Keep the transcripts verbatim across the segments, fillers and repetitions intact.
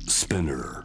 Spinner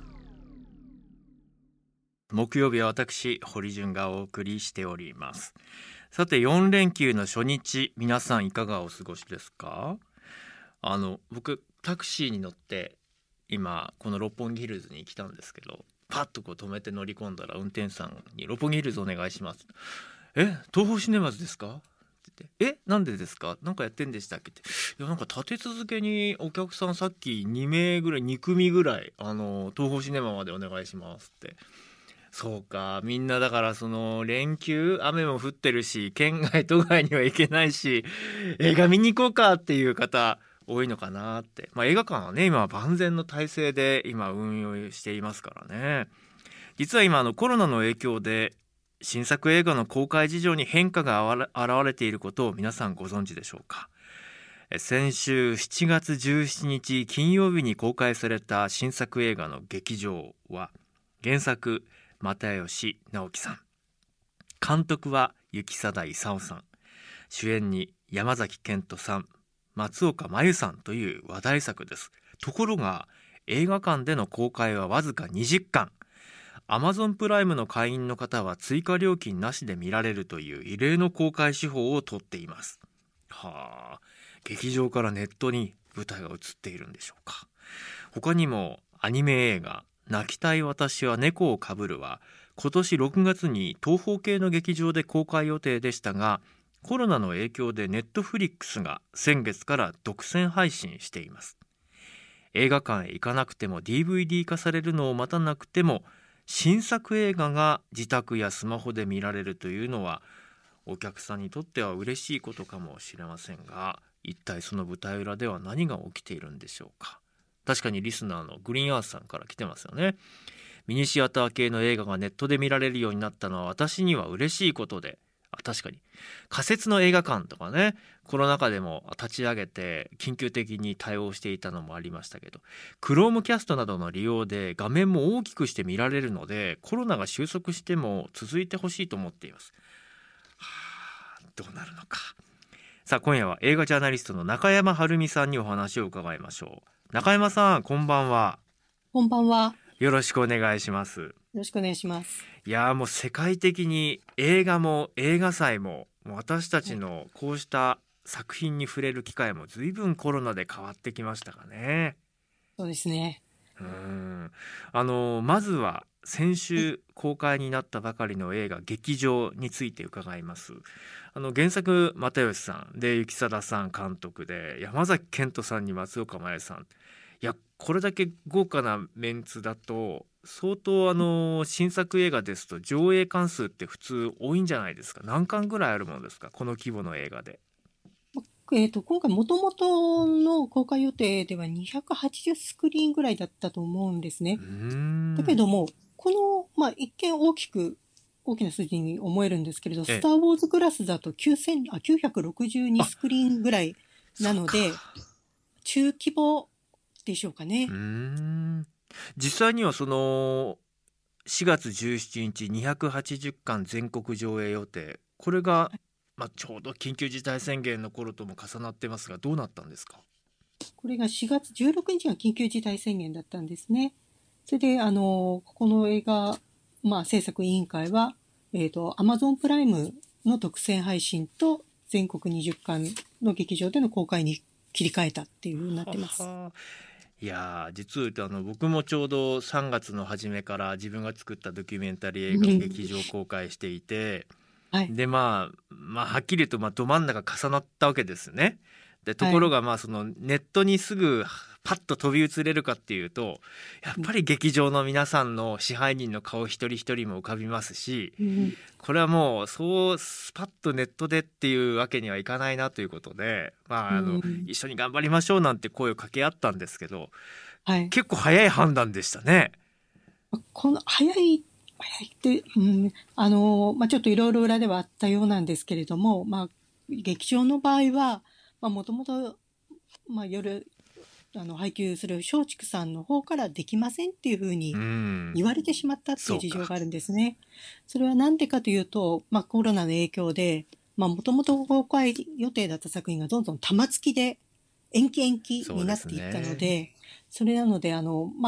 木曜日は私堀潤がお送りしております。さてよん連休の初日、皆さんいかがお過ごしですか？あの僕タクシーに乗って今この六本木ヒルズに来たんですけど、パッとこう止めて乗り込んだら運転手さんに六本木ヒルズお願いします。え、東宝シネマズですかって言って、え、なんでですか、なんかやってんでしたっけって、いやなんか立て続けにお客さんさっきに名ぐらいに組ぐらいあの東宝シネマまでお願いしますって。そうか、みんなだからその連休雨も降ってるし県外都外には行けないし映画見に行こうかっていう方多いのかなって。まあ映画館はね今は万全の体制で今運用していますからね。実は今あのコロナの影響で新作映画の公開事情に変化が現れていることを皆さんご存知でしょうか。先週しちがつじゅうしちにち金曜日に公開された新作映画の劇場は原作又吉直樹さん、監督は行定勲さん、主演に山崎賢人さん、松岡茉優さんという話題作です。ところが映画館での公開はわずかにじかん、アマゾンプライムの会員の方は追加料金なしで見られるという異例の公開手法をとっています。はあ、劇場からネットに舞台が移っているんでしょうか。他にもアニメ映画泣きたい私は猫をかぶるは今年ろくがつに東宝系の劇場で公開予定でしたが、コロナの影響でネットフリックスが先月から独占配信しています。映画館へ行かなくても ディーブイディー 化されるのを待たなくても新作映画が自宅やスマホで見られるというのはお客さんにとっては嬉しいことかもしれませんが、一体その舞台裏では何が起きているんでしょうか。確かにリスナーのグリーンアースさんから来てますよね。ミニシアター系の映画がネットで見られるようになったのは私には嬉しいことで、あ、確かに仮設の映画館とかね、コロナ禍でも立ち上げて緊急的に対応していたのもありましたけど、クロームキャストなどの利用で画面も大きくして見られるので、コロナが収束しても続いてほしいと思っています。はあ、どうなるのか。さあ今夜は映画ジャーナリストの中山晴美さんにお話を伺いましょう。中山さん、こんばんは。 こんばんは。 よろしくお願いします。よろしくお願いします。 いやもう世界的に映画も映画祭も私たちのこうした作品に触れる機会も随分コロナで変わってきましたかね。 そうですね。 うーん、あのまずは先週公開になったばかりの映画劇場について伺います。あの原作又吉さんで行定さん監督で山崎賢人さんに松岡茉優さん、いやこれだけ豪華なメンツだと相当あの新作映画ですと上映関数って普通多いんじゃないですか。何巻ぐらいあるものですか、この規模の映画で。 えーと、今回もともとの公開予定ではにひゃくはちじゅうスクリーンぐらいだったと思うんですね。 うーん、 だけどもこの、まあ、一見大きく大きな数字に思えるんですけれど、スター・ウォーズクラスだときゅうせんあきゅうひゃくろくじゅうにスクリーンぐらいなので中規模でしょうかね。 うーん、実際にはそのしがつじゅうしちにちにひゃくはちじゅっかん全国上映予定、これが、まあ、ちょうど緊急事態宣言の頃とも重なってますがどうなったんですか。 これがしがつじゅうろくにちが緊急事態宣言だったんですね。それであのこの映画、まあ、制作委員会は、えーと、Amazon プライムの独占配信と全国にじゅっかんの劇場での公開に切り替えたっていう風になってます。 ははいや実はあの僕もちょうどさんがつの初めから自分が作ったドキュメンタリー映画を劇場公開していて、 はい、でまあ、まあはっきり言うとまあど真ん中重なったわけですね。でところがまあそのネットにすぐパッと飛び移れるかっていうとやっぱり劇場の皆さんの支配人の顔一人一人も浮かびますし、 うん、 これはもうそうスパッとネットでっていうわけにはいかないなということで、まあ、あの、うん、一緒に頑張りましょうなんて声を掛け合ったんですけど、はい、結構早い判断でしたね。 この早い早いって、うんあのまあ、ちょっといろいろ裏ではあったようなんですけれども、まあ、劇場の場合はもともと夜あの配給する松竹さんの方からできませんっていうふうに言われてしまったっていう事情があるんですね。それは何でかというと、まあ、コロナの影響でもともと公開予定だった作品がどんどん玉突きで延期延期になっていったので、 そ, で、ね、それなのであの、まあ、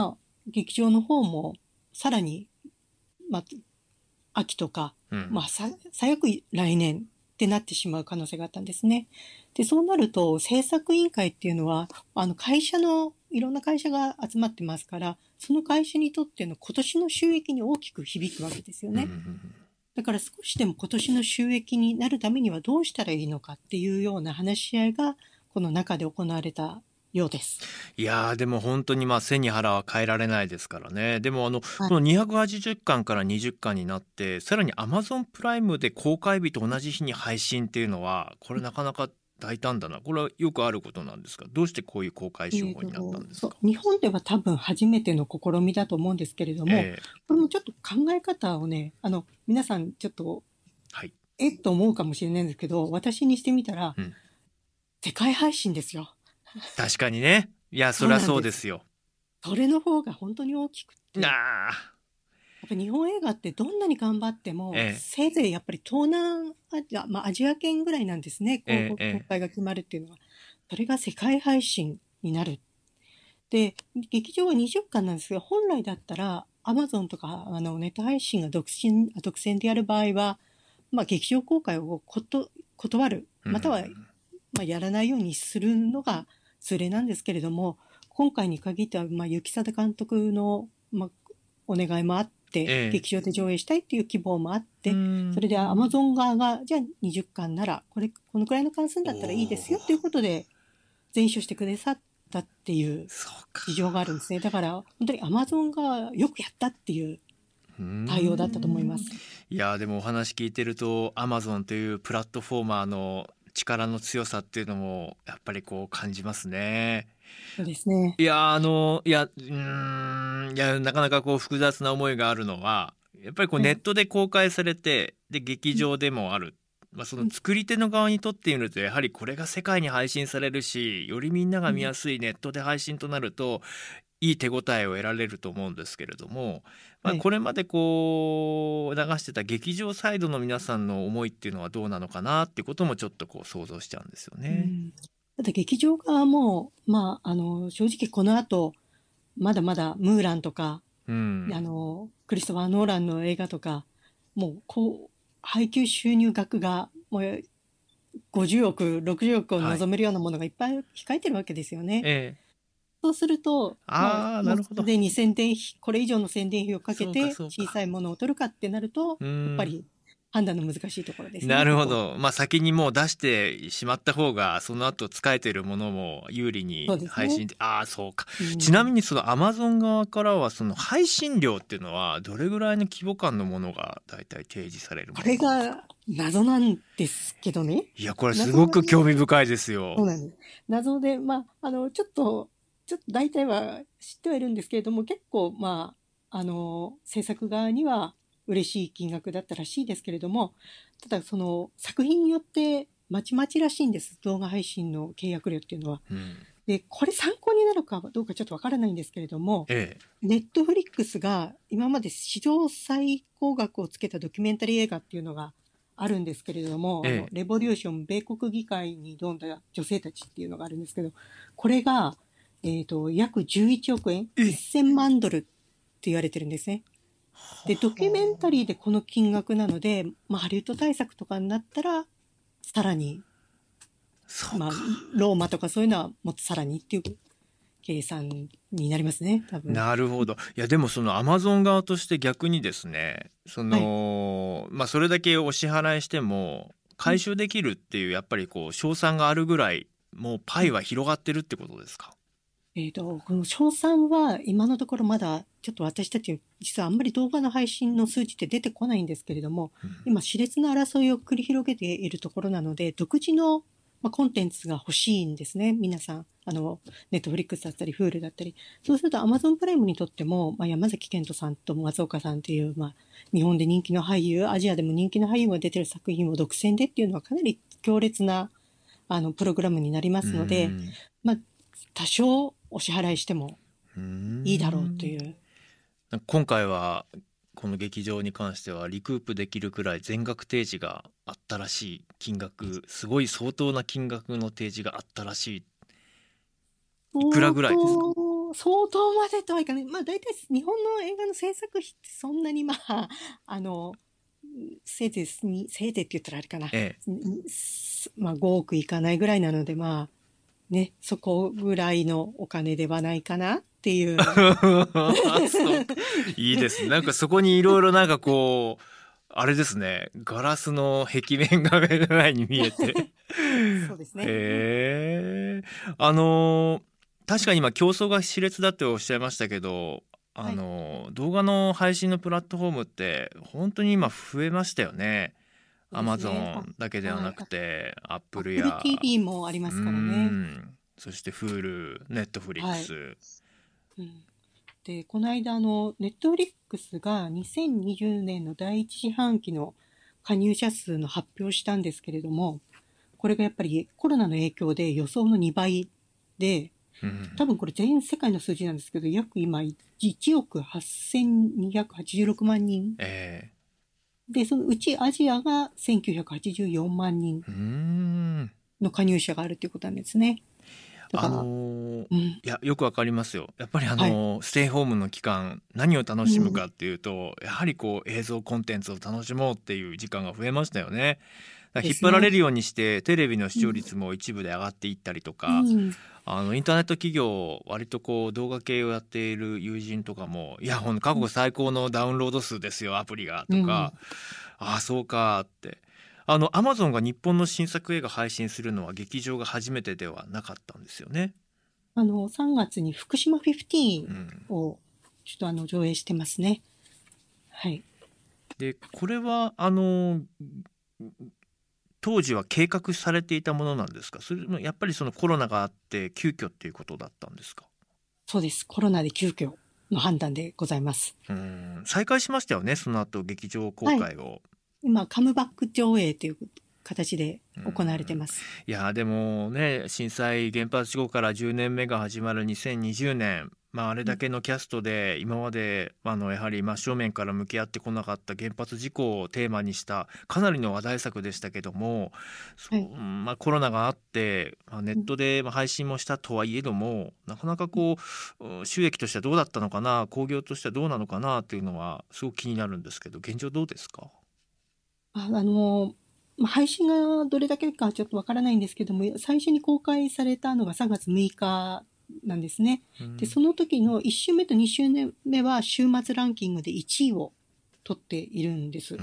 劇場の方もさらに、まあ、秋とか、 うんまあ、さ最悪来年ってなってしまう可能性があったんですね。で、そうなると制作委員会っていうのはあの会社のいろんな会社が集まってますから、その会社にとっての今年の収益に大きく響くわけですよね。 うんうんだから少しでも今年の収益になるためにはどうしたらいいのかっていうような話し合いがこの中で行われたようです。 いやーでも本当にまあ背に腹は変えられないですからね。でもあのはい。 このにひゃくはちじゅっかんからにじゅっかんになって、さらに Amazon プライムで公開日と同じ日に配信っていうのは、これなかなか大胆だな。これはよくあることなんですか？どうしてこういう公開えー手法になったんと、そう、 ですか？ 日本では多分初めての試みだと思うんですけれども、 ええこれもちょっと考え方をね、あの、皆さんちょっと、 はい。 えっと思うかもしれないんですけど、私にしてみたら、 うん世界配信ですよ。 確かにね。いやそりゃそうなんです。 そうですよ。 それの方が本当に大きくって、やなあ。 っぱり日本映画ってどんなに頑張っても、 ええせいぜいやっぱり東南アジア、まあアジア圏ぐらいなんですね、こうええええ公開が決まるっていうのは。それが世界配信になる。で、劇場はにじゅっかんなんですが、本来だったら、アマゾンとかあのネット配信が独占、独占でやる場合は、まあ、劇場公開をこと断る、または、まあ、やらないようにするのが通例なんですけれども、今回に限っては、まあ、行定監督の、まあ、お願いもあって、 ええ劇場で上映したいっていう希望もあっうて、 んそれでアマゾン側が、じゃあにじゅっかんなら、これ、このくらいの関数だったらいいですよということで、前処してくださったっていうそうか。 事情があるんですね。だから本当にアマゾンがよくやったっていううーん対応だったと思います。 いやーでもお話聞いてると Amazon というプラットフォーマーの力の強さっていうのもやっぱりこう感じますね。 そうですね。 いやーあのいやうーんいやなかなかこう複雑な思いがあるのは、やっぱりこうはい。 ネットで公開されて、で劇うん場でもある、まあ、そのうん作り手の側にとってみると、やはりこれが世界に配信されるし、よりみんなが見うんやすいネットで配信となるといい手応えを得られると思うんですけれども、まあ、 はい。 これまでこう流してた劇場サイドの皆さんの思いっていうのはどうなのかなっていうこともちょっとこう想像しちゃうんですよね。 うん。ただ劇場側も、まあ、あの、正直この後、まだまだムーランとか、 うあん、 の、クリストファー・ノーランの映画とか、もう、こう、配給収入額が、もうごじゅうおく、ろくじゅうおくをはい。 望めるようなものがいっぱい控えてるわけですよね。 ええそうすると、まあ、もうああなるほど。 すでに宣伝費、これ以上の宣伝費をかけてそうかそうか。 小さいものを取るかってなると、 うやっぱりん判断の難しいところですなね、ここは。 るほど。まあ先にもう出してしまった方がその後使えてるものも有利そうですね。 に配信で、ああそうか。 うん、 ちなみにその Amazon 側からはその配信料っていうのはどれぐらいの規模感のものがだいたい提示されるもこれのなんですか？ が謎なんですけどね。 いやこれす謎が、 ごく興味深いですそうよ。 なんです。謎で、まあ、あの、ちょっと、ちょっと大体は知ってはいるんですけれども、結構、まあ、あの、制作側には嬉しい金額だったらしいですけれども、ただその作品によってまちまちらしいんです。動画配信の契約料っていうのは。 うんで、これ参考になるかどうかちょっとわからないんですけれども、 ええネットフリックスが今まで史上最高額をつけたドキュメンタリー映画っていうのがあるんですけれども、あのええレボリューション米国議会に挑んだ女性たちっていうのがあるんですけど、これが、えっと、約じゅういちおくえん、 えせんまんドルって言われてるんですね。で、ドキュメンタリーでこの金額なので、まあ、ハリウッド大作とかになったら、さらに、まあ、 そうか。 ローマとかそういうのはもっとさらにっていう計算になりますね、多分。 なるほど。いやでもそのアマゾン側として逆にですね、そはい。 のまあそれだけお支払いしてもうん回収できるっていうやっぱりこう勝算があるぐらいもうパうんイは広がってるってことですか？ えっと、この賞賛は今のところまだちょっと私たち実はあんまり動画の配信の数字って出てこないんですけれども、 うん今熾烈な争いを繰り広げているところなので、独自の、まあ、コンテンツが欲しいんですね、皆さん。あの、ネットフリックスだったり、Hulu だったり。そうすると Amazon プライムにとっても、まあ、山崎賢人さんと松岡さんという、まあ、日本で人気の俳優、アジアでも人気の俳優が出てる作品を独占でっていうのはかなり強烈な、あの、プログラムになりまうすので、 んまあ、多少お支払いしてもういいだろうとんいう。 今回はこの劇場に関してはリクープできるくらい全額提示があったらしい、金額すごい相当な金額の提示があったらしい。いくら相ぐらいですか？ 当、 相当までとはいかない。まあ大体日本の映画の制作費ってそんなにまあ、あの、せいぜいに、せいぜいって言ったらあれかな。 ええ。 まあごおくいかないぐらいなので、まあね、そこぐらいのお金ではないかなっていう。 そういいですね。なんかそこにいろいろなんかこう、あれですね、ガラスの壁面が目の前に見えて。 そうですね。 へえ。あの確かに今競争が熾烈だっておっしゃいましたけど、あの、はい、動画の配信のプラットフォームって本当に今増えましたよね。アマゾンだけではなくて、アップルや Apple ティーブイ もありますからね。 そして Hulu、Netflix、はいうん、でこの間あの Netflix がにせんにじゅうねんのだいいち四半期の加入者数の発表したんですけれども、これがやっぱりコロナの影響で予想のにばいで、うん、多分これ全世界の数字なんですけど、約今いちおくはっせんにひゃくはちじゅうろくまんにん、えー、でそのうちアジアがせんきゅうひゃくはちじゅうよんまんにんの加入者があるということなんですね。だから、 あのーうん、いやよくわかりますよ。やっぱりあのーはい、ステイホームの期間何を楽しむかっていうと、うん、やはりこう映像コンテンツを楽しもうっていう時間が増えましたよね。だから引っ張られるようにして、ね、テレビの視聴率も一部で上がっていったりとか、うん、あのインターネット企業割とこう動画系をやっている友人とかも、いやほん過去最高のダウンロード数ですよアプリがとか、うん、ああそうかって。あのアマゾンが日本の新作映画配信するのは劇場が初めてではなかったんですよね。 あのさんがつに福島じゅうごをちょっとあの上映してますね。はい。 でこれはあの当時は計画されていたものなんですか？それもやっぱりそのコロナがあって急遽っていうことだったんですか？ そうです。コロナで急遽の判断でございます。 うん、再開しましたよね、その後劇場公開を。はい、 今カムバック上映という形で行われてます。 いやでもね、震災原発事故からじゅうねんめが始まるにせんにじゅうねん、まあ、あれだけのキャストで今まであのやはり真正面から向き合ってこなかった原発事故をテーマにしたかなりの話題作でしたけども、はい、まあ、コロナがあって、まあ、ネットで配信もしたとはいえども、なかなかこう収益としてはどうだったのかな、興行としてはどうなのかなというのはすごく気になるんですけど、現状どうですか？ あ、あの配信がどれだけかちょっとわからないんですけども、最初に公開されたのがさんがつむいかなんですね。うん、でその時のいっ週目とに週目は週末ランキングでいちいを取っているんです。うん、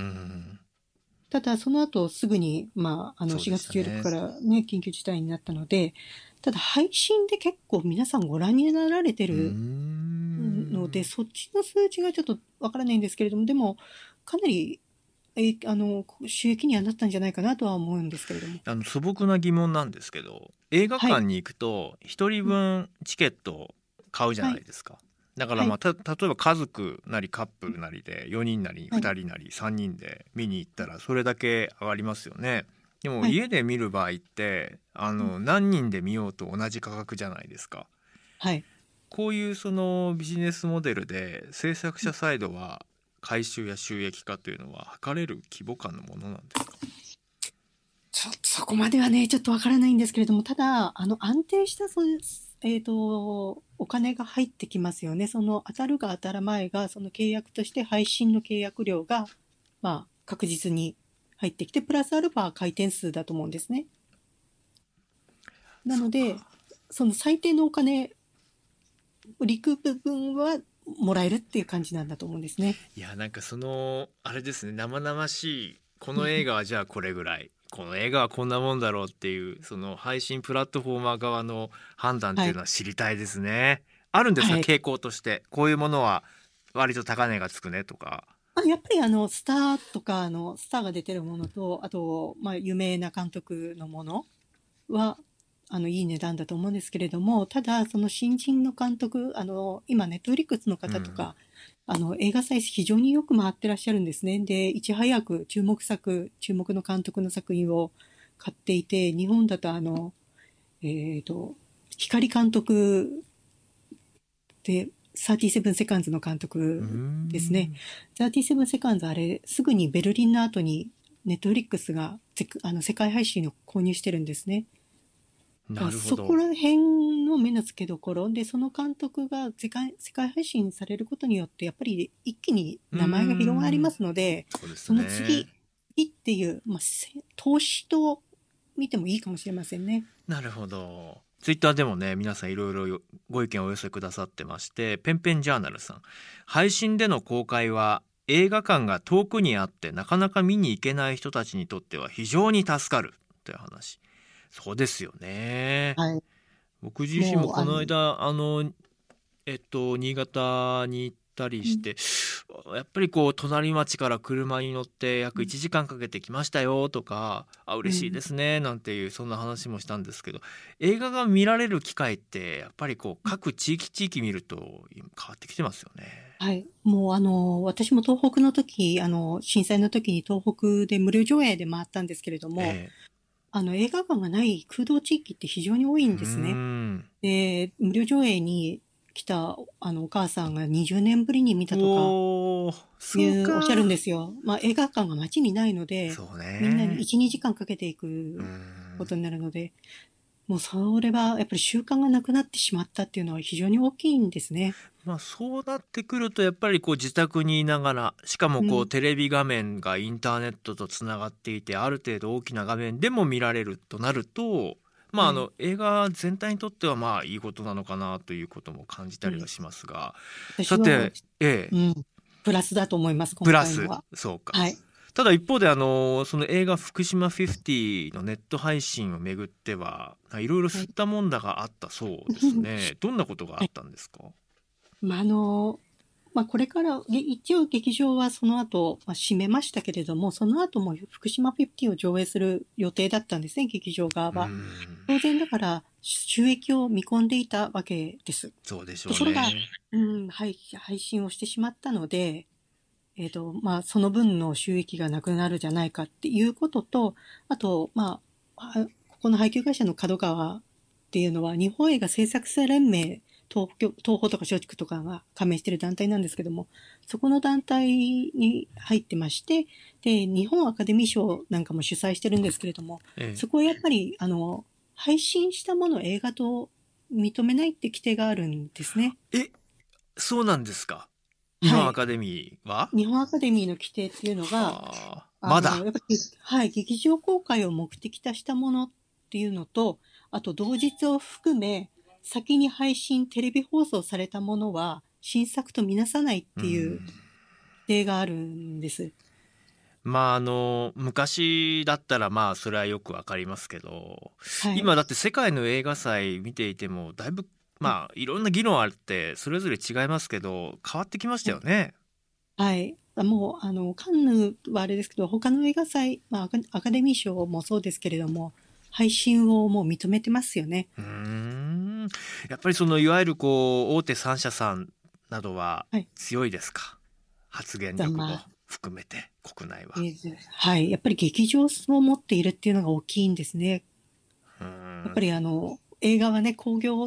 ただその後すぐに、まあ、あのしがつじゅうろくにちからね、緊急事態になったので、ただ配信で結構皆さんご覧になられてるので、そっちの数字がちょっとわからないんですけれども、でもかなりえあの収益にはなったんじゃないかなとは思うんですけれども、 あの素朴な疑問なんですけど、映画館に行くとひとりぶんチケットを買うじゃないですか。はい、だからまあ、た例えば家族なりカップルなりでよにんなりふたりなりさんにんで見に行ったらそれだけ上がりますよね。でも家で見る場合ってあの何人で見ようと同じ価格じゃないですか。はい、こういうそのビジネスモデルで制作者サイドは回収や収益化というのは測れる規模感のものなんですか？ ちょっとそこまではねちょっとわからないんですけれども、ただあの安定したそういう、えーと、お金が入ってきますよね。その当たるが当たらないがその契約として配信の契約料が、まあ、確実に入ってきてプラスアルファ回転数だと思うんですね。なのでその最低のお金リクープ分はもらえるっていう感じなんだと思うんですね。 いやなんかそのあれですね、生々しいこの映画はじゃあこれぐらいこの映画はこんなもんだろうっていうその配信プラットフォーマー側の判断っていうのは知りたいですね。はい、あるんですか、はい、傾向としてこういうものは割と高値がつくねとか。 あやっぱりあのスターとかあのスターが出てるものと、あと、まあ、有名な監督のものはあのいい値段だと思うんですけれども、ただその新人の監督、あの今ネットフリックスの方とか、うん、あの映画祭非常によく回ってらっしゃるんですね。でいち早く注目作注目の監督の作品を買っていて、日本だとあのえーと光監督でサーティーセブンセカンズの監督ですね。サーティーセブンセカンズあれすぐにベルリンの後にネットフリックスがあの世界配信を購入してるんですね。なるほど。そこら辺も目の付けどころで、その監督が世界、世界配信されることによってやっぱり一気に名前が広がりますので、 そうですそね。 の次次っていう、まあ、せ投資と見てもいいかもしれませんね。 なるほど。ツイッターでもね、皆さんいろいろご意見をお寄せくださってまして、ペンペンジャーナルさん、配信での公開は映画館が遠くにあってなかなか見に行けない人たちにとっては非常に助かるという話。そうですよね。 はい。 僕自身ももうあのこの間あのえっと新潟に行ったりしうんて、やっぱりこう隣町から車に乗って約いちじかんかけてきましたよとか、あ嬉しいですねなんていうそんな話もしたんですけど、映画が見られる機会ってやっぱりこう各地域地域見ると変わってきてますよね。 はい。もうあの、私も東北の時、あの、震災の時に東北で無料上映で回ったんですけれども、 えあの、映画館がない空洞地域って非常に多いえ、 んですね。 うーんで、無料上映に来たあのお母さんがにじゅうねんぶりに見たとかおーいそうかうおっしゃるんですよ。まあ映画館が街にないので、 そうみんなにねいち、にじかんかけていうくーんことになるので、もうそれはやっぱり習慣がなくなってしまったっていうのは非常に大きいんですね。 まあ、そうなってくるとやっぱりこう自宅にいながら、しかもこううんテレビ画面がインターネットとつながっていてある程度大きな画面でも見られるとなると、まあ、あはい。 の映画全体にとってはまあいいことなのかなということも感じたうん。 りはしますが、 私は、 さて、ええ、 うん、プラスだと思います、今プラス回のは。 そうか。 はい。 ただ一方であのその映画「福島フィフティ」のネット配信をめぐってはいろいろはい。 吸ったもんだがあったそうですね。どんなことがあはい。 ったんですか？ まあ、あの、まあ、これから、げ一応劇場はその後、まあ、閉めましたけれども、その後も福島フィフティを上映する予定だったんですね、劇場側うーは。 ん当然だから、収益を見込んでいたわけです。 そうでしょうところが、 ね。 うん、配配信をしてしまったので、えっと、まあ、その分の収益がなくなるじゃないかっていうことと、あと、まあ、あここの配給会社の角川っていうのは、日本映画制作者連盟、東京、東宝とか松竹とかが加盟している団体なんですけども、そこの団体に入ってまして、で、日本アカデミー賞なんかも主催してるんですけれども、 ええそこはやっぱり、あの、配信したものを映画と認めないって規定があるんですね。 え、そうなんですか。日はい。 本アカデミーは日本アカデミーの規定っていうのが、 はあ、 あの、 まだ。 やっぱり、はい、劇場公開を目的としたものっていうのと、あと同日を含め、先に配信、テレビ放送されたものは、新作とみなさないっうていう規ん。 定があるんです。 まああの昔だったらまあそれはよくわかりますけど、 はい。 今だって世界の映画祭見ていてもだいぶまあいろんな議論あってそれぞれ違いますけど変わってきましたよね。 はい。もう、あの、カンヌはあれですけど、他の映画祭、まあ、アカアカデミー賞もそうですけれども、配信をもう認めてますよね。 うーん。やっぱりそのいわゆるこう大手さん社さんなどははい。 強いですか？発言力もだまあ、 含めて国内は。 えーはい。やっぱり劇場を持っているっていうのが大きいんですね。 うーん。 やっぱりあの、映画はね、興行って、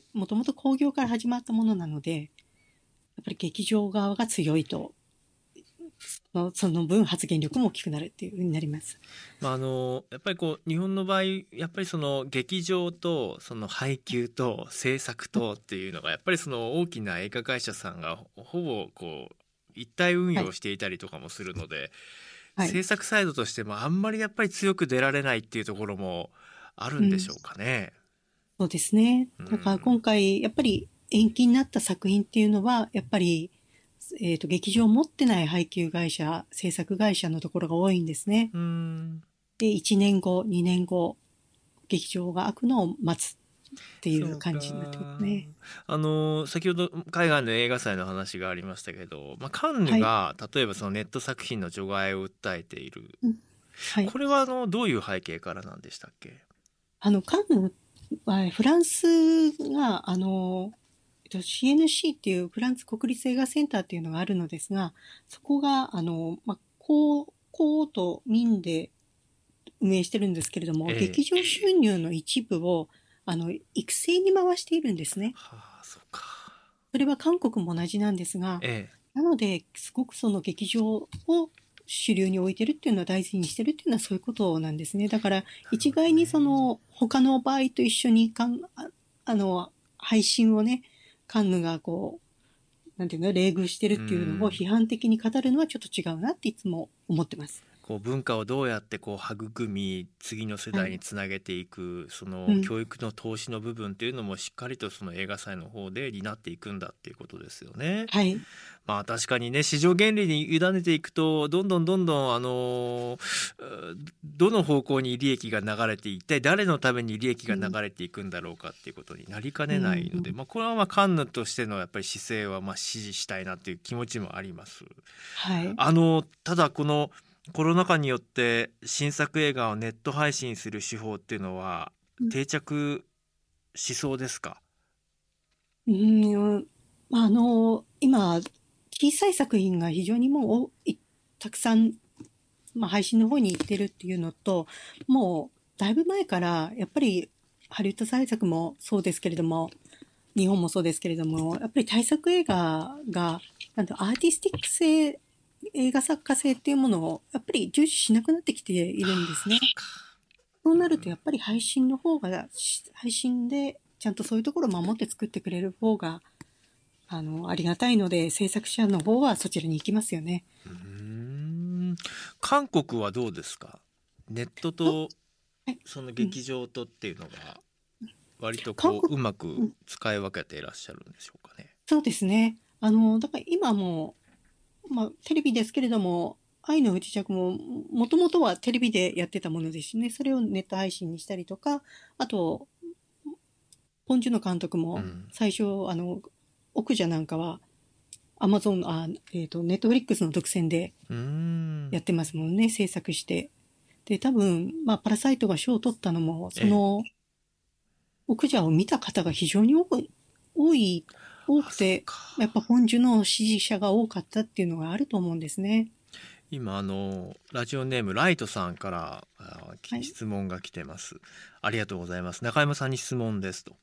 もともと興行から始まったものなので、やっぱり劇場側が強いと、そのその分発言力も大きくなるっていう風になります。 まあ、あのやっぱりこう日本の場合やっぱりその劇場とその配給と制作とっていうのがやっぱりその大きな映画会社さんがほほぼこう一体運はい。 用していたりとかもするので、 はい。 制作サイドとしてもあんまりやっぱり強く出られないっていうところもあるうん。 んでしょうかね。 そうですね。 うだからん。 今回、やっぱり延期になった作品っていうのは、やっぱり、えっと、劇場を持ってない配給会社、制作会社のところが多いんですね。 うん。 で、いちねんご、にねんご、劇場が開くのを待つっていうそう感じになってますか。 ね。 あの先ほど海外の映画祭の話がありましたけど、まあ、カンヌはい。 が例えばそのネット作品の除外を訴えている、 うん。はい。 これはあのどういう背景からなんでしたっけ？ あの、カンヌはフランスが、あの、えっと シーエヌシー っていうフランス国立映画センターっていうのがあるのですが、そこが、あの、まあ、公、公と民で運営してるんですけれども、 ええ。 劇場収入の一部を、あの、育成に回しているんですね。 はあ、そうか。 それは韓国も同じなんですが、 ええ。 なので、すごくその劇場を主流に置いてるっていうのは大事にしてるっていうのはそういうことなんですね。だから、 なるほど一概にそね。 の他の場合と一緒にかんああの配信をねカンヌがこうなんていうの冷遇してるっていうのを批判的に語るのはちょっと違うなっていつも思ってます。 こう文化をどうやってこう育み次の世代につなげていく、はい、その教育の投資の部分っていうのもしっかりとその映画祭の方で担っていくんだっていうことですよね。 はい、 まあ確かにね市場原理に委ねていくとどんどんどんどんあのどの方向に利益が流れて一体誰のために利益が流れていくんだろうかっていうことになりかねないので、うん、まあ、これはまあカンヌとしてのやっぱり姿勢はまあ支持したいなっていう気持ちもあります。 はい、 あのただこのコロナ禍によって新作映画をネット配信する手法っていうのは定着しそうですか？ うん、まあ、あの今小さい作品が非常にもうたくさん、まあ、配信の方に行ってるっていうのと、もうだいぶ前からやっぱりハリウッド制作もそうですけれども日本もそうですけれどもやっぱり大作映画がなんとアーティスティック性映画作家性っていうものをやっぱり重視しなくなってきているんですね。そうなるとやっぱり配信の方が配信でちゃんとそういうところを守って作ってくれる方があのありがたいので制作者の方はそちらに行きますよね。 うーん韓国はどうですか？ネットとその劇場とっていうのが割とこううまく使い分けていらっしゃるんでしょうかね。 そうですね。あのだから今もまあ、テレビですけれども、愛の不時着も、もともとはテレビでやってたものですしね、それをネット配信にしたりとか、あと、ポン・ジュノ監督も最初、うん、あの、奥者なんかは、アマゾン、あ、えっと、ネットフリックスの独占でやってますもんね、制作して。で、多分、まあ、パラサイトが賞を取ったのも、その、奥者を見た方が非常に多い、多い多くてやっぱ本樹の支持者が多かったっていうのがあると思うんですね。 今あのラジオネームライトさんから質問が来てます、はい、ありがとうございます。中山さんに質問ですと、はい、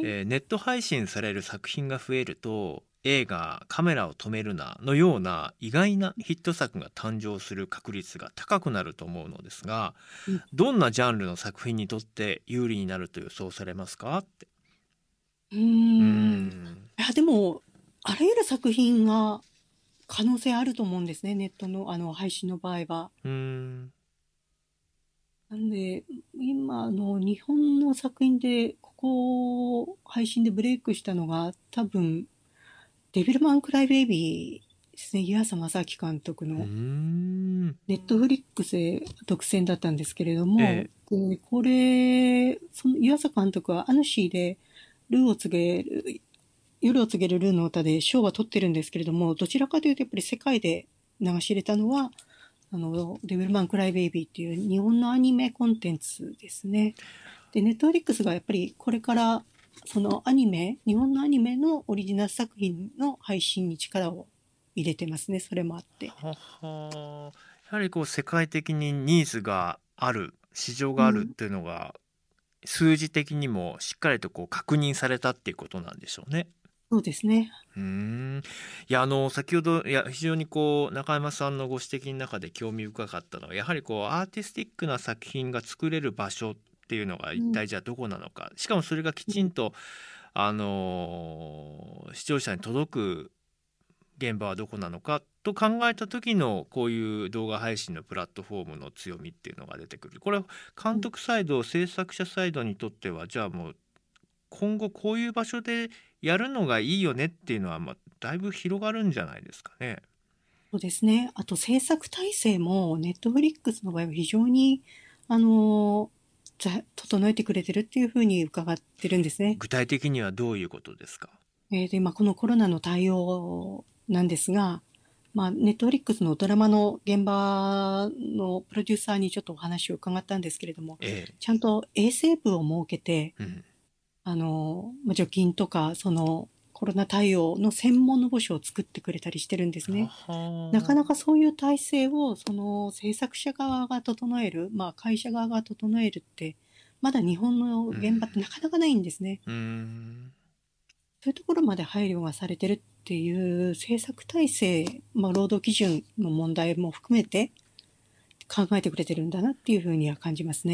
えー、ネット配信される作品が増えると映画カメラを止めるなのような意外なヒット作が誕生する確率が高くなると思うのですが、うん、どんなジャンルの作品にとって有利になると予想されますかって。 うーん、うーんいやでもあらゆる作品が可能性あると思うんですね、ネットの、あの配信の場合は。うーんなんで今の日本の作品でここ配信でブレイクしたのが多分デビルマンクライベイビーですね。湯浅正明監督のネットフリックスで独占だったんですけれども、ええ、でこれその湯浅監督はアヌシーでルーを告げる夜を告げるルーの歌で賞は取ってるんですけれども、どちらかというとやっぱり世界で流し入れたのはあのデビルマンクライベイビーっていう日本のアニメコンテンツですね。でネットフリックスがやっぱりこれからそのアニメ日本のアニメのオリジナル作品の配信に力を入れてますね。それもあってははやはりこう世界的にニーズがある市場があるっていうのが、うん、数字的にもしっかりとこう確認されたっていうことなんでしょうね。 そうですね。 うーんいやあの先ほどいや非常にこう中山さんのご指摘の中で興味深かったのはやはりこうアーティスティックな作品が作れる場所っていうのが一体じゃあどこなのか、うん、しかもそれがきちんと、うん、あの視聴者に届く現場はどこなのかと考えた時のこういう動画配信のプラットフォームの強みっていうのが出てくる。これ監督サイド、うん、制作者サイドにとってはじゃあもう今後こういう場所でやるのがいいよねっていうのは、まあ、だいぶ広がるんじゃないですかね。 そうですね。あと制作体制もネットフリックスの場合は非常にあの整えてくれてるっていうふうに伺ってるんですね。 具体的にはどういうことですか？ えー、で今このコロナの対応なんですが、まあ、ネットフリックスのドラマの現場のプロデューサーにちょっとお話を伺ったんですけれども、ええ、ちゃんと衛生部を設けて、うん、あの除菌とかそのコロナ対応の専門の部署を作ってくれたりしてるんですね。なかなかそういう体制をその制作者側が整える、まあ、会社側が整えるってまだ日本の現場ってなかなかないんですね。うん、うんそういうところまで配慮がされてるっていう制作体制、まあ、労働基準の問題も含めて考えてくれてるんだなっていうふうには感じますね。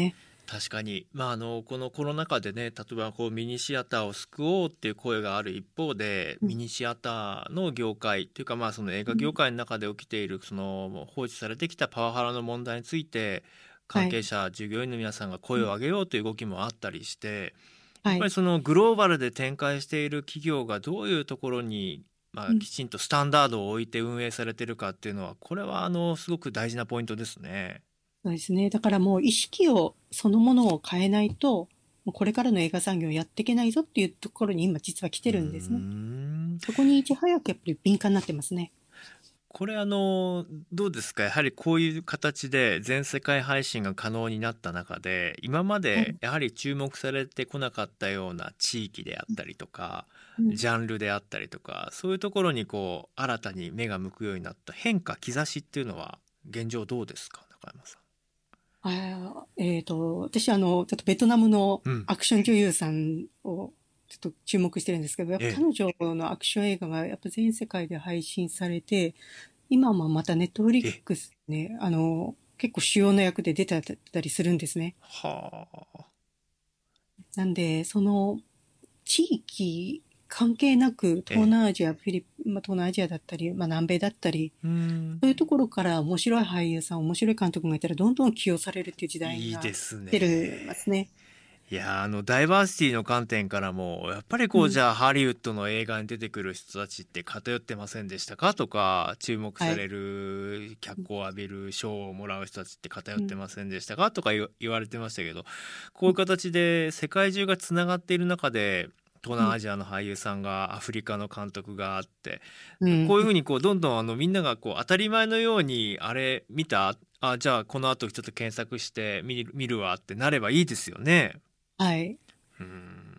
確かに、まあ、あのこのコロナ禍でね、例えばこうミニシアターを救おうっていう声がある一方で、 うんミニシアターの業界というか、まあその映画業界の中で起きているその放置されてきたパワハラの問題について、関係はい。 者従業員の皆さんがうん声を上げようという動きもあったりして、やっぱりはい。 そのグローバルで展開している企業がどういうところに、まあ、 うんきちんとスタンダードを置いて運営されているかっていうのは、これはあのすごく大事なポイントですね。 そうですね。だからもう意識を、そのものを変えないと、もうこれからの映画産業やっていけないぞっていうところに今実は来うーてるんですね。 んそこにいち早くやっぱり敏感になってますね。 これあのどうですか、やはりこういう形で全世界配信が可能になった中で、今まはい。 でやはり注目されてこなかったような地域であったりとか、 うん。 ジャンルであったりとか、そういうところにこう新たに目が向くようになった変化、兆しっていうのは現状どうですか、中山さあーえっと、私あの、ちょっとベトナムのん。うん。 アクション女優さんをちょっと注目してるんですけど、やっぱええ。 彼女のアクション映画がやっぱ全世界で配信されて、今もまたネットフリッえ。 クスね、あの、結構主要な役で出てたりするんですね。 はあ。 なんで、その地域関係なくええ。 東南アジア、フィリピン、まあ、東南アジアだったり、まあ、南米だったり、 うーん。 そういうところから面白い俳優さん、面白い監督がいたらどんどん起用されるっていう時代いいでがすね。 来てるますね。 いや、あのダイバーシティの観点からもやっぱりこう、 うん。 じゃあハリウッドの映画に出てくる人たちって偏ってませんでしたかとか、注目はい。 される脚光を浴びる賞をもらう人たちって偏っうん。 てませんでしたかとか言わ言われてましたけど、こういう形で世界中がつながっている中で、東うん。 南アジアの俳優さんが、アフリカの監督があって、 うん。 こういうふうにこうどんどんあのみんながこう当たり前のように、あれ見た、あ、じゃあこの後ちょっと検索して見る見るわってなればいいですよね。 はい。 うん。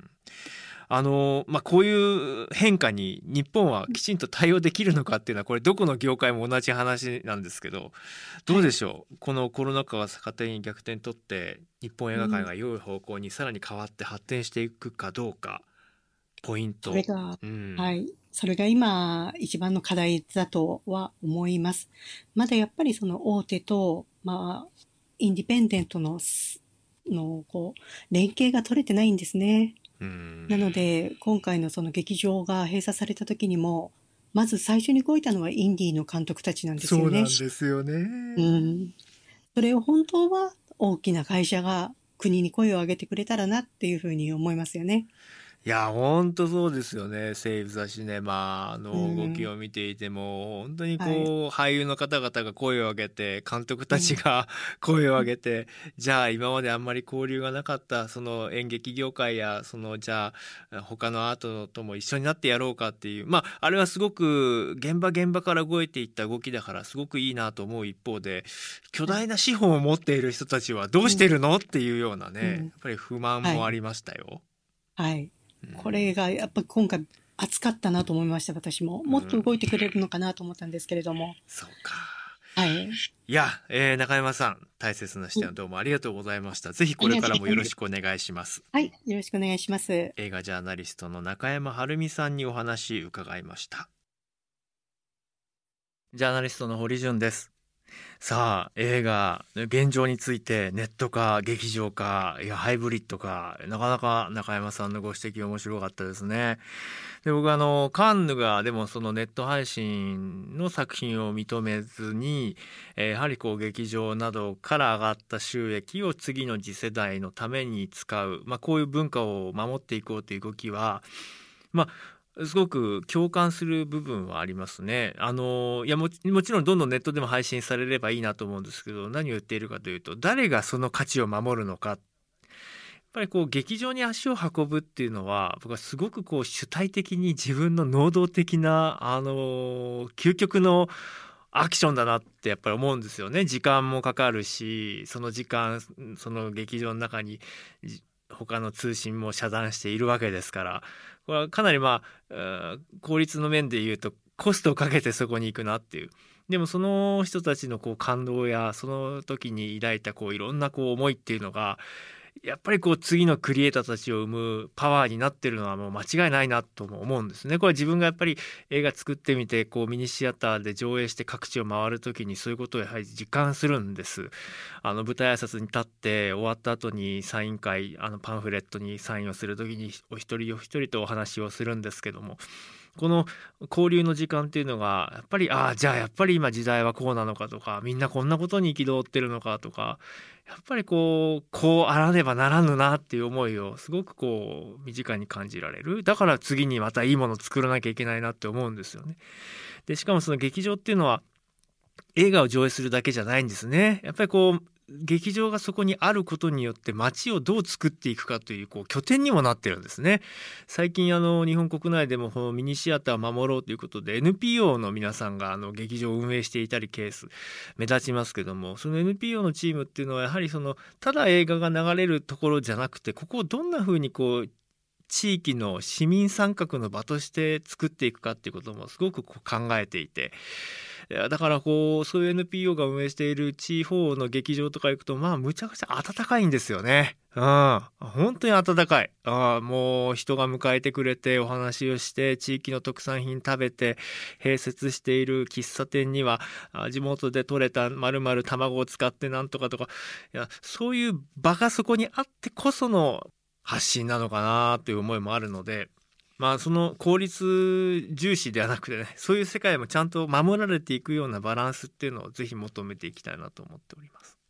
あのまあ、こういう変化に日本はきちんと対応できるのかっていうのは、これどこの業界も同じ話なんですけど、どうではい。 しょう、このコロナ禍が逆手に逆転取って日本映画界うん。 が良い方向にさらに変わって発展していくかどうか、ポイント。 それが、 うん。 はい。それが今一番の課題だとは思います。まだやっぱりその大手と、まあ、インディペンデントのす、の、こう、連携が取れてないんですね。 うなのん。 で、今回のその劇場が閉鎖された時にも、まず最初に動いたのはインディーの監督たちなんですよね。 そうなんですようね。 ん。それを本当は大きな会社が国に声を上げてくれたらなっていうふうに思いますよね。 いや、ほんとそうですよね。セーブ・ザ・シネマうの動きん。 を見ていても、本当にはい。 こう、俳優の方々が声を上げて、監督うん。 たちが声を上げて、じゃあ今まであんまり交流がなかった、その演劇業界や、その、じゃあ、他のアートとも一緒になってやろうかっていう、まあ、あれはすごく現場現場から動いていった動きだから、すごくいいなと思う一方で、巨はい。 大な資本を持っている人たちはどうしてうん。 るのっていうようなね、やうん。 っぱり不満はい。 もありましたよ。 はい。 うん。 これがやっぱ今回熱かったなと思いました、私も。もっとうん。 動いてくれるのかなと思ったんですけれども。 そうか。 はい。 いや、えー中山さん、大切な視点をうん。 どうもありがとうございました。ぜひこれありがからもよろとうございます。 しくお願いします。 はい。よろしくお願いします。 映画ジャーナリストの中山晴美さんにお話伺いました。ジャーナリストの堀潤です。さあ、映画現状について、ネットか劇場か、いやハイブリッドか、なかなか中山さんのご指摘面白かったですね。で、僕あのカンヌがでもそのネット配信の作品を認めずに、えーやはりこう劇場などから上がった収益を次の次世代のために使う、まあ、こういう文化を守っていこうという動きは、まあ、すごく共感する部分はありますね。あのいやもち、もちろんどんどんネットでも配信されればいいなと思うんですけど、何を言っているかというと、誰がその価値を守るのか。やっぱりこう劇場に足を運ぶっていうのは、僕はすごくこう主体的に自分の能動的なあの究極のアクションだなってやっぱり思うんですよね。時間もかかるし、その時間その劇場の中にじ他の通信も遮断しているわけですから、これはかなりまあ、えー効率の面で言うとコストをかけてそこに行くなっていう。でもその人たちのこう感動やその時に抱いたこういろんなこう思いっていうのが、 やっぱりこう次のクリエイターたちを生むパワーになってるのはもう間違いないなとも思うんですね。これ自分がやっぱり映画作ってみてこうミニシアターで上映して各地を回るときにそういうことをやはり実感するんです。あの舞台挨拶に立って終わった後にサイン会、あのパンフレットにサインをするときにお一人お一人とお話をするんですけども、この交流の時間っていうのがやっぱりああじゃあやっぱり今時代はこうなのかとか、みんなこんなことに憤ってるのかとか、やっぱりこうこうあらねばならぬなっていう思いをすごくこう身近に感じられる。だから次にまたいいものを作らなきゃいけないなって思うんですよね。でしかもその劇場っていうのは映画を上映するだけじゃないんですね。やっぱりこう劇場がそこにあることによって街をどう作っていくかという、こう拠点にもなってるんですね。最近あの日本国内でもこのミニシアターを守ろうということで エヌピーオー の皆さんがあの劇場を運営していたりケース目立ちますけども、その エヌピーオー のチームっていうのはやはりそのただ映画が流れるところじゃなくて、ここをどんな風にこう地域の市民参画の場として作っていくかっていうこともすごくこう考えていて、だからこうそういう エヌピーオー が運営している地方の劇場とか行くと、まあむちゃくちゃ温かいんですよね。うん、本当に温かい。あもう人が迎えてくれてお話をして地域の特産品食べて、併設している喫茶店には地元で採れた丸々卵を使ってなんとかとか、いやそういう場がそこにあってこその発信なのかなという思いもあるので、まあその効率重視ではなくてね、そういう世界もちゃんと守られていくようなバランスっていうのをぜひ求めていきたいなと思っております。